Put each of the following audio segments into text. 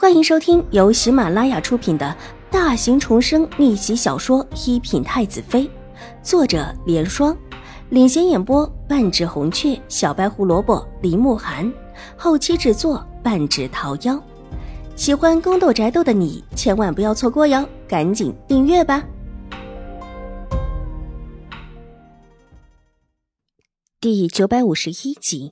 欢迎收听由喜马拉雅出品的大型重生逆袭小说《一品太子妃》，作者莲霜，领衔演播半指红雀、小白胡萝卜、林慕寒，后期制作半指桃夭。喜欢宫斗宅斗的你千万不要错过哟，赶紧订阅吧。第951集。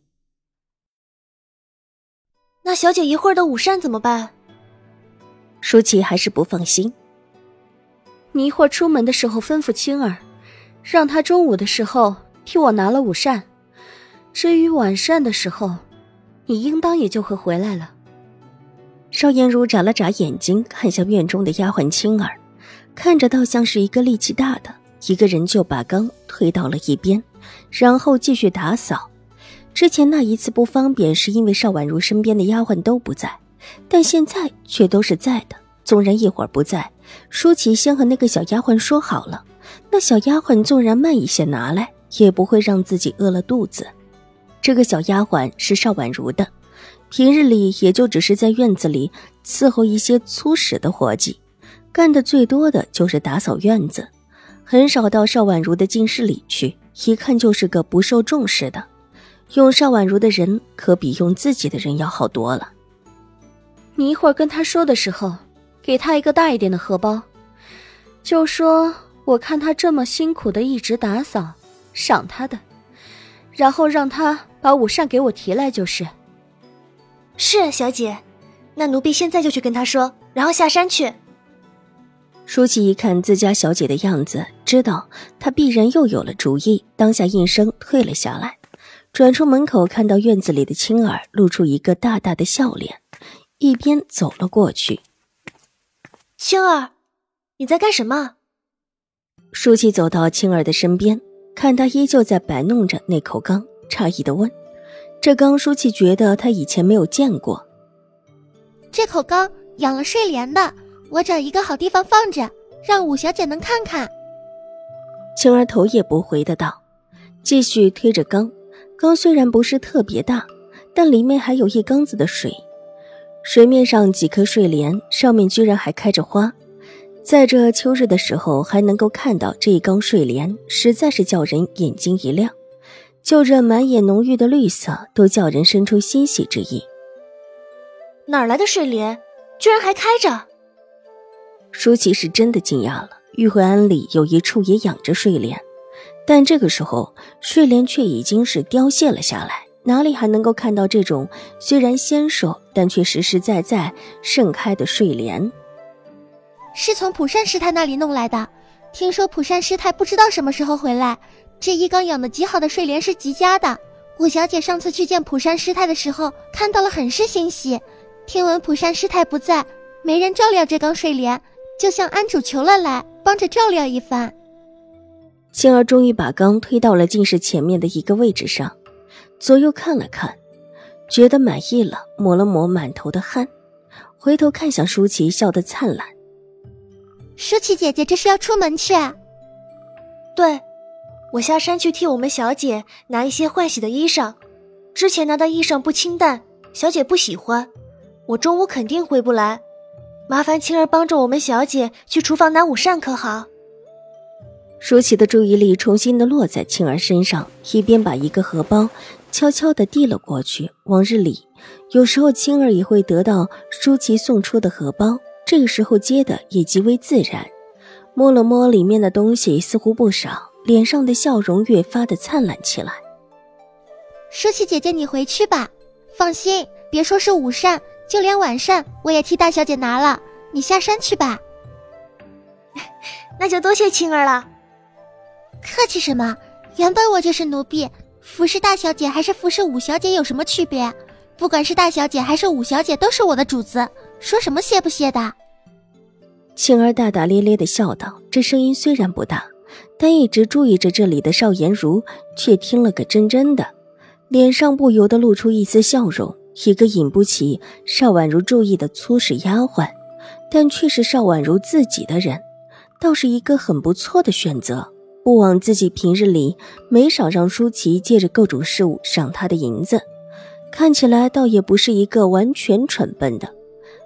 那小姐一会儿的午膳怎么办？ 舒淇还是不放心。 你一会儿出门的时候吩咐青儿，让她中午的时候替我拿了午膳，至于晚膳的时候，你应当也就会回来了。 邵颜如眨了眨眼睛，看向院中的丫鬟青儿，看着倒像是一个力气大的，一个人就把缸推到了一边，然后继续打扫。之前那一次不方便是因为邵婉如身边的丫鬟都不在，但现在却都是在的。纵然一会儿不在，舒淇先和那个小丫鬟说好了，那小丫鬟纵然慢一些拿来，也不会让自己饿了肚子。这个小丫鬟是邵婉如的，平日里也就只是在院子里伺候一些粗使的活计，干的最多的就是打扫院子，很少到邵婉如的静室里去，一看就是个不受重视的。用邵婉如的人可比用自己的人要好多了。 你一会儿跟他说的时候，给他一个大一点的荷包，就说我看他这么辛苦的一直打扫，赏他的，然后让他把午膳给我提来就是。 是，小姐，那奴婢现在就去跟他说，然后下山去。 舒淇一看自家小姐的样子，知道她必然又有了主意，当下应声退了下来，转出门口，看到院子里的青儿露出一个大大的笑脸，一边走了过去。 青儿，你在干什么？ 舒淇走到青儿的身边，看她依旧在摆弄着那口缸，诧异地问。这缸舒淇觉得她以前没有见过。 这口缸养了睡莲的，我找一个好地方放着，让五小姐能看看。 青儿头也不回的道，继续推着缸。缸虽然不是特别大，但里面还有一缸子的水，水面上几棵睡莲，上面居然还开着花，在这秋日的时候还能够看到这一缸睡莲，实在是叫人眼睛一亮，就这满眼浓郁的绿色都叫人生出欣喜之意。 哪儿来的睡莲，居然还开着？ 舒淇是真的惊讶了，玉慧庵里有一处也养着睡莲，但这个时候睡莲却已经是凋谢了下来，哪里还能够看到这种虽然纤瘦但却实实在在盛开的睡莲？ 是从蒲善师太那里弄来的，听说蒲善师太不知道什么时候回来，这一缸养的极好的睡莲是极佳的。五小姐上次去见蒲善师太的时候看到了，很是欣喜。听闻蒲善师太不在，没人照料这缸睡莲，就向庵主求了来，帮着照料一番。 青儿终于把缸推到了进室前面的一个位置上，左右看了看，觉得满意了，抹了抹满头的汗，回头看向舒淇，笑得灿烂。 舒淇姐姐这是要出门去啊？ 对，我下山去替我们小姐拿一些换洗的衣裳，之前拿的衣裳不清淡，小姐不喜欢，我中午肯定回不来，麻烦青儿帮着我们小姐去厨房拿午膳可好？ 舒淇的注意力重新的落在青儿身上，一边把一个荷包悄悄地递了过去。往日里有时候青儿也会得到舒淇送出的荷包，这个时候接的也极为自然，摸了摸里面的东西，似乎不少，脸上的笑容越发的灿烂起来。 舒淇姐姐你回去吧，放心，别说是午膳，就连晚膳我也替大小姐拿了，你下山去吧。 那就多谢青儿了。 客气什么，原本我就是奴婢，服侍大小姐还是服侍五小姐有什么区别？不管是大小姐还是五小姐都是我的主子，说什么谢不谢的？ 青儿大大咧咧地笑道，这声音虽然不大，但一直注意着这里的邵颜如却听了个真真的，脸上不由得露出一丝笑容。一个引不起邵婉如注意的粗使丫鬟，但却是邵婉如自己的人，倒是一个很不错的选择。不枉自己平日里没少让舒淇借着各种事物赏她的银子，看起来倒也不是一个完全蠢笨的。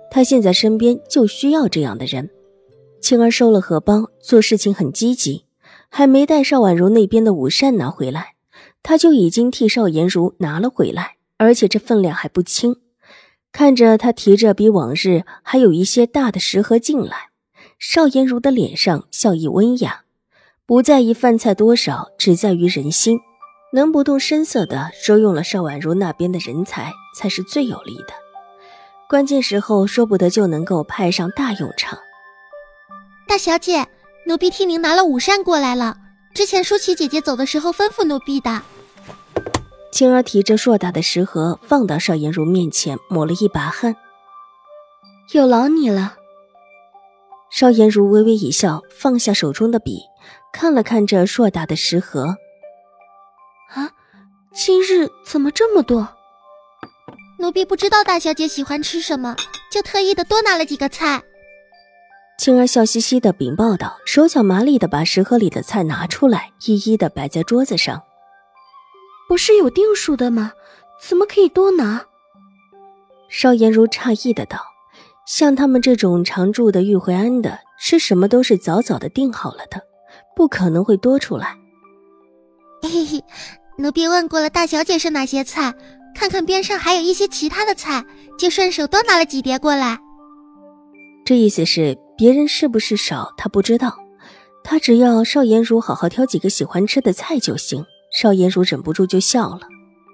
他现在身边就需要这样的人。青儿收了荷包，做事情很积极，还没带邵婉如那边的午膳拿回来，他就已经替邵颜如拿了回来，而且这分量还不轻。看着他提着比往日还有一些大的食盒进来，邵颜如的脸上笑意温雅，不在意饭菜多少，只在于人心，能不动声色地收用了邵婉如那边的人才，才是最有利的。关键时候说不得就能够派上大用场。 大小姐，奴婢替您拿了午膳过来了，之前舒淇姐姐走的时候吩咐奴婢的。 青儿提着硕大的食盒放到邵颜如面前，抹了一把汗。 有劳你了。 邵颜如微微一笑，放下手中的笔，看了看这硕大的食盒。 啊，今日怎么这么多？ 奴婢不知道大小姐喜欢吃什么，就特意的多拿了几个菜。 青儿笑嘻嘻地禀报道，手脚麻利地把食盒里的菜拿出来，一一地摆在桌子上。 不是有定数的吗？怎么可以多拿？ 邵颜如诧异的道，像他们这种常住的玉回庵的，吃什么都是早早的定好了的，不可能会多出来。 嘿嘿，奴婢问过了大小姐是哪些菜，看看边上还有一些其他的菜，就顺手多拿了几碟过来。 这意思是别人是不是少他不知道，他只要邵颜如好好挑几个喜欢吃的菜就行。邵颜如忍不住就笑了。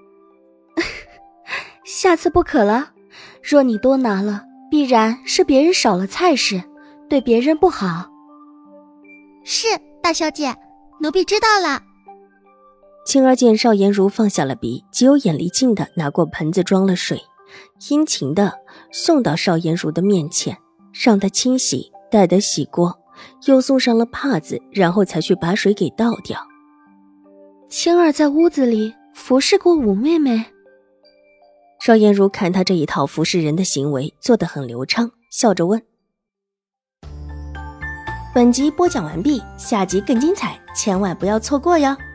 下次不可了，若你多拿了，必然是别人少了菜式，对别人不好。 是，大小姐，奴婢知道了。 青儿见邵颜如放下了笔，极有眼力劲的拿过盆子装了水，殷勤的送到邵颜如的面前，让她清洗，待得洗过，又送上了帕子，然后才去把水给倒掉。 青儿在屋子里服侍过五妹妹。 邵颜如看她这一套服侍人的行为做得很流畅，笑着问。 本集播讲完毕，下集更精彩，千万不要错过哟。